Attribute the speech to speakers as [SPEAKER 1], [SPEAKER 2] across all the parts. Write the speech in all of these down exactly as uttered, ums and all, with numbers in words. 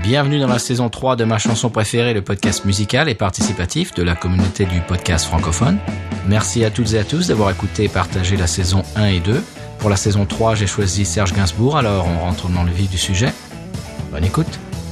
[SPEAKER 1] Bienvenue dans la saison trois de ma chanson préférée, le podcast musical et participatif de la communauté du podcast francophone. Merci à toutes et à tous d'avoir écouté et partagé la saison un et deux. Pour la saison trois, j'ai choisi Serge Gainsbourg, alors on rentre dans le vif du sujet. Bonne écoute.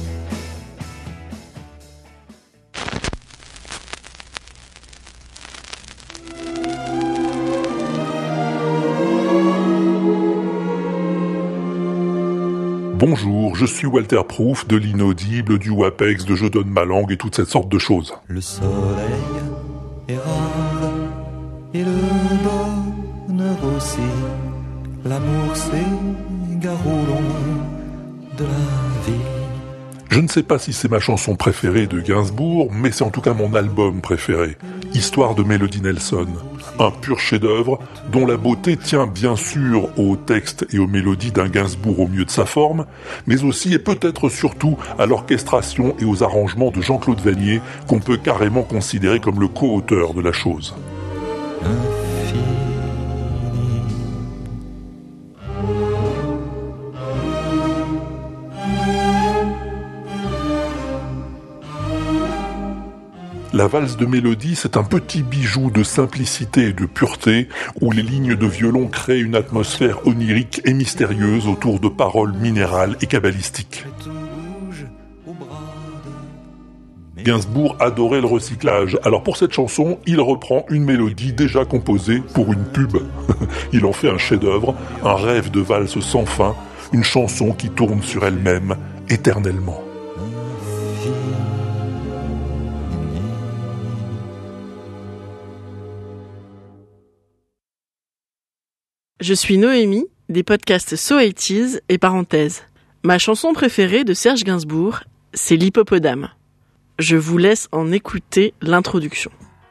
[SPEAKER 2] Bonjour, je suis Walter Proof de l'inaudible, du WAPEX, de Je donne ma langue et toutes cette sorte de choses.
[SPEAKER 3] Le soleil est rare et le bonheur aussi. L'amour s'égare au long de la vie.
[SPEAKER 2] Je ne sais pas si c'est ma chanson préférée de Gainsbourg, mais c'est en tout cas mon album préféré. Histoire de Melody Nelson. Un pur chef-d'œuvre dont la beauté tient bien sûr au texte et aux mélodies d'un Gainsbourg au mieux de sa forme, mais aussi et peut-être surtout à l'orchestration et aux arrangements de Jean-Claude Vannier, qu'on peut carrément considérer comme le co-auteur de la chose. La valse de Mélodie, c'est un petit bijou de simplicité et de pureté où les lignes de violon créent une atmosphère onirique et mystérieuse autour de paroles minérales et kabbalistiques. Gainsbourg adorait le recyclage, alors pour cette chanson, il reprend une mélodie déjà composée pour une pub. Il en fait un chef-d'œuvre, un rêve de valse sans fin, une chanson qui tourne sur elle-même éternellement.
[SPEAKER 4] Je suis Noémie, des podcasts So eighties et Parenthèse. Ma chanson préférée de Serge Gainsbourg, c'est l'Hippopotame. Je vous laisse en écouter l'introduction.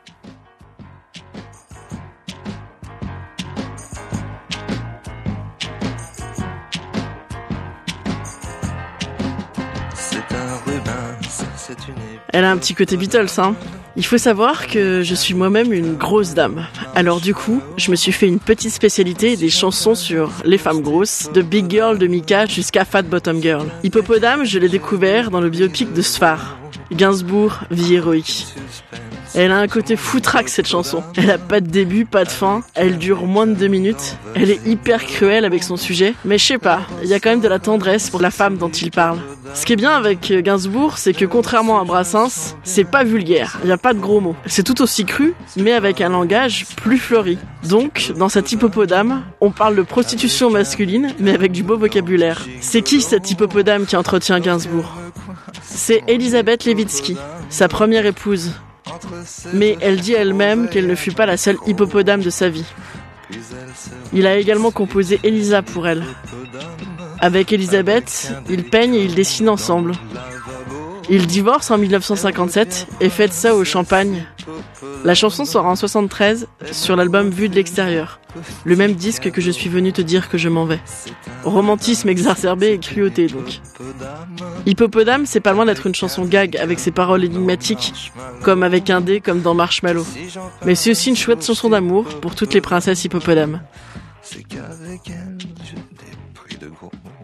[SPEAKER 3] C'est un Rubens, c'est une...
[SPEAKER 4] Elle a un petit côté Beatles, hein. Il faut savoir que je suis moi-même une grosse dame. Alors du coup, je me suis fait une petite spécialité des chansons sur les femmes grosses, de Big Girl de Mika jusqu'à Fat Bottom Girl. Hippopotame, je l'ai découvert dans le biopic de Sfar. Gainsbourg, vie héroïque. Elle a un côté foutraque cette chanson. Elle a pas de début, pas de fin. Elle dure moins de deux minutes. Elle est hyper cruelle avec son sujet. Mais je sais pas, il y a quand même de la tendresse pour la femme dont il parle. Ce qui est bien avec Gainsbourg, c'est que contrairement à Brassens, c'est pas vulgaire. Il y a pas de gros mots. C'est tout aussi cru, mais avec un langage plus fleuri. Donc, dans cette hippopotame, on parle de prostitution masculine, mais avec du beau vocabulaire. C'est qui cette hippopotame qui entretient Gainsbourg ? C'est Elisabeth Levitsky, sa première épouse. Mais elle dit elle-même qu'elle ne fut pas la seule hippopotame de sa vie. Il a également composé Elisa pour elle. Avec Elisabeth, ils peignent et ils dessinent ensemble. Ils divorcent en dix-neuf cent cinquante-sept et fêtent ça au champagne. La chanson sort en soixante-treize sur l'album Vue de l'extérieur, le même disque que Je suis venu te dire que je m'en vais. Romantisme exacerbé et cruauté donc. Hippopotame, c'est pas loin d'être une chanson gag avec ses paroles énigmatiques, comme avec un dé comme dans Marshmallow. Mais c'est aussi une chouette chanson d'amour pour toutes les princesses hippopotames.
[SPEAKER 3] C'est qu'avec elle, je n'ai pris de gros mots.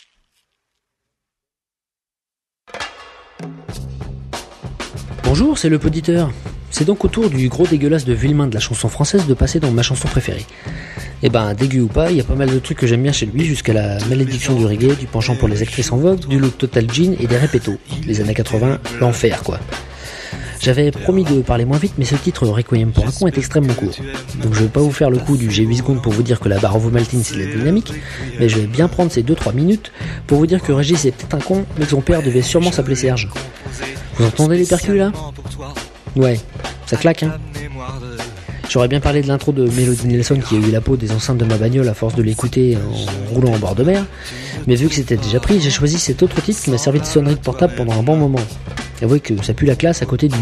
[SPEAKER 5] Bonjour, c'est le poditeur. C'est donc au tour du gros dégueulasse de Villemain de la chanson française de passer dans ma chanson préférée. Eh ben, dégueu ou pas, il y a pas mal de trucs que j'aime bien chez lui, jusqu'à la malédiction du reggae, du penchant pour les actrices en vogue, du look total jean et des répétos. Les années quatre-vingts, l'enfer quoi. J'avais promis de parler moins vite, mais ce titre Requiem pour un con est extrêmement court. Donc je vais pas vous faire le coup du j'ai huit secondes pour vous dire que la barre ovomaltine c'est de la dynamique, mais je vais bien prendre ces deux trois minutes pour vous dire que Régis est peut-être un con, mais que son père devait sûrement s'appeler Serge. Vous entendez les percus là ? Ouais, ça claque hein. J'aurais bien parlé de l'intro de Melody Nelson qui a eu la peau des enceintes de ma bagnole à force de l'écouter en roulant en bord de mer, mais vu que c'était déjà pris, j'ai choisi cet autre titre qui m'a servi de sonnerie de portable pendant un bon moment. Avouez que ça pue la classe à côté du...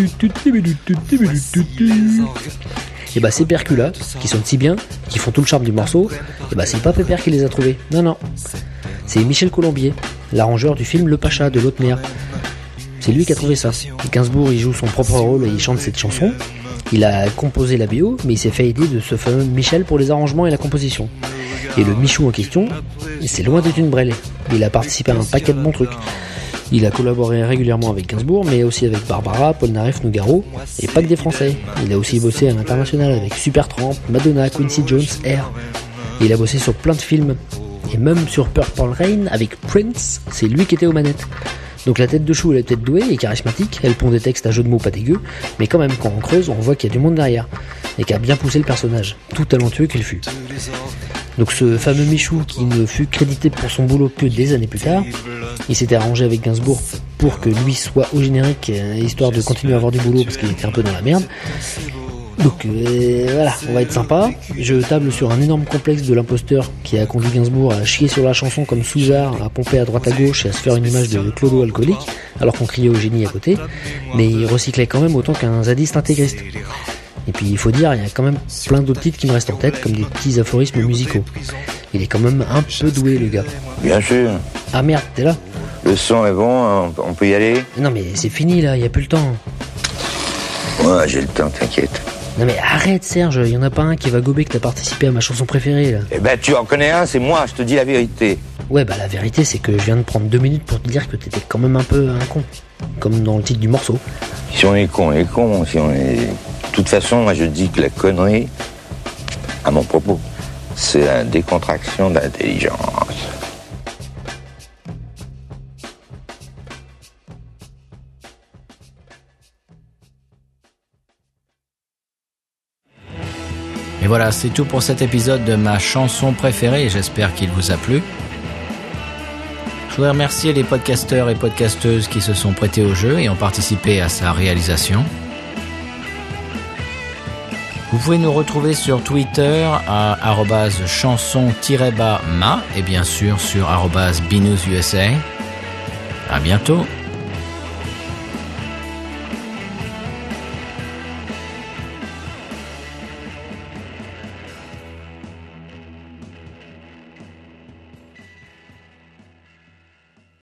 [SPEAKER 5] Et bah ces percus là, qui sonnent si bien, qui font tout le charme du morceau, et bah c'est pas Pépère qui les a trouvés, non non. C'est Michel Colombier, l'arrangeur du film Le Pacha de l'autre mer. C'est lui qui a trouvé ça. Gainsbourg il joue son propre rôle et il chante cette chanson. Il a composé la B O, mais il s'est fait aider de ce fameux Michel pour les arrangements et la composition. Et le Michou en question, c'est loin d'être une brêlée. Il a participé à un paquet de bons trucs. Il a collaboré régulièrement avec Gainsbourg, mais aussi avec Barbara, Polnareff, Nougaro, et pas que des Français. Il a aussi bossé à l'international avec Supertramp, Madonna, Quincy Jones, Air. Il a bossé sur plein de films, et même sur Purple Rain avec Prince, c'est lui qui était aux manettes. Donc la tête de chou, elle est peut-être douée et charismatique, elle pond des textes à jeu de mots pas dégueux, mais quand même, quand on creuse, on voit qu'il y a du monde derrière, et qui a bien poussé le personnage, tout talentueux qu'il fut. Donc ce fameux Michou, qui ne fut crédité pour son boulot que des années plus tard, il s'était arrangé avec Gainsbourg pour que lui soit au générique, histoire de continuer à avoir du boulot, parce qu'il était un peu dans la merde. Donc euh, voilà, on va être sympa. Je table sur un énorme complexe de l'imposteur qui a conduit Gainsbourg à chier sur la chanson comme Souzard, à pomper à droite à gauche et à se faire une image de clodo alcoolique, alors qu'on criait au génie à côté, mais il recyclait quand même autant qu'un zadiste intégriste. Et puis il faut dire, il y a quand même plein d'autres titres qui me restent en tête, comme des petits aphorismes musicaux. Il est quand même un peu doué, le gars.
[SPEAKER 6] Bien sûr.
[SPEAKER 5] Ah merde, t'es là?
[SPEAKER 6] Le son est bon, on peut y aller?
[SPEAKER 5] Non mais c'est fini là, il y a plus le temps.
[SPEAKER 6] Ouais, j'ai le temps, t'inquiète.
[SPEAKER 5] Non mais arrête Serge, il y en a pas un qui va gober que t'as participé à ma chanson préférée là.
[SPEAKER 6] Eh ben tu en connais un, c'est moi, je te dis la vérité.
[SPEAKER 5] Ouais bah la vérité c'est que je viens de prendre deux minutes pour te dire que t'étais quand même un peu un con. Comme dans le titre du morceau.
[SPEAKER 6] Si on est con, on est con, si on est... De toute façon, moi je dis que la connerie, à mon propos, c'est la décontraction d'intelligence.
[SPEAKER 1] Et voilà, c'est tout pour cet épisode de ma chanson préférée, j'espère qu'il vous a plu. Je voudrais remercier les podcasteurs et podcasteuses qui se sont prêtés au jeu et ont participé à sa réalisation. Vous pouvez nous retrouver sur Twitter à arobase chanson-ma et bien sûr sur arobase binoususa. À bientôt.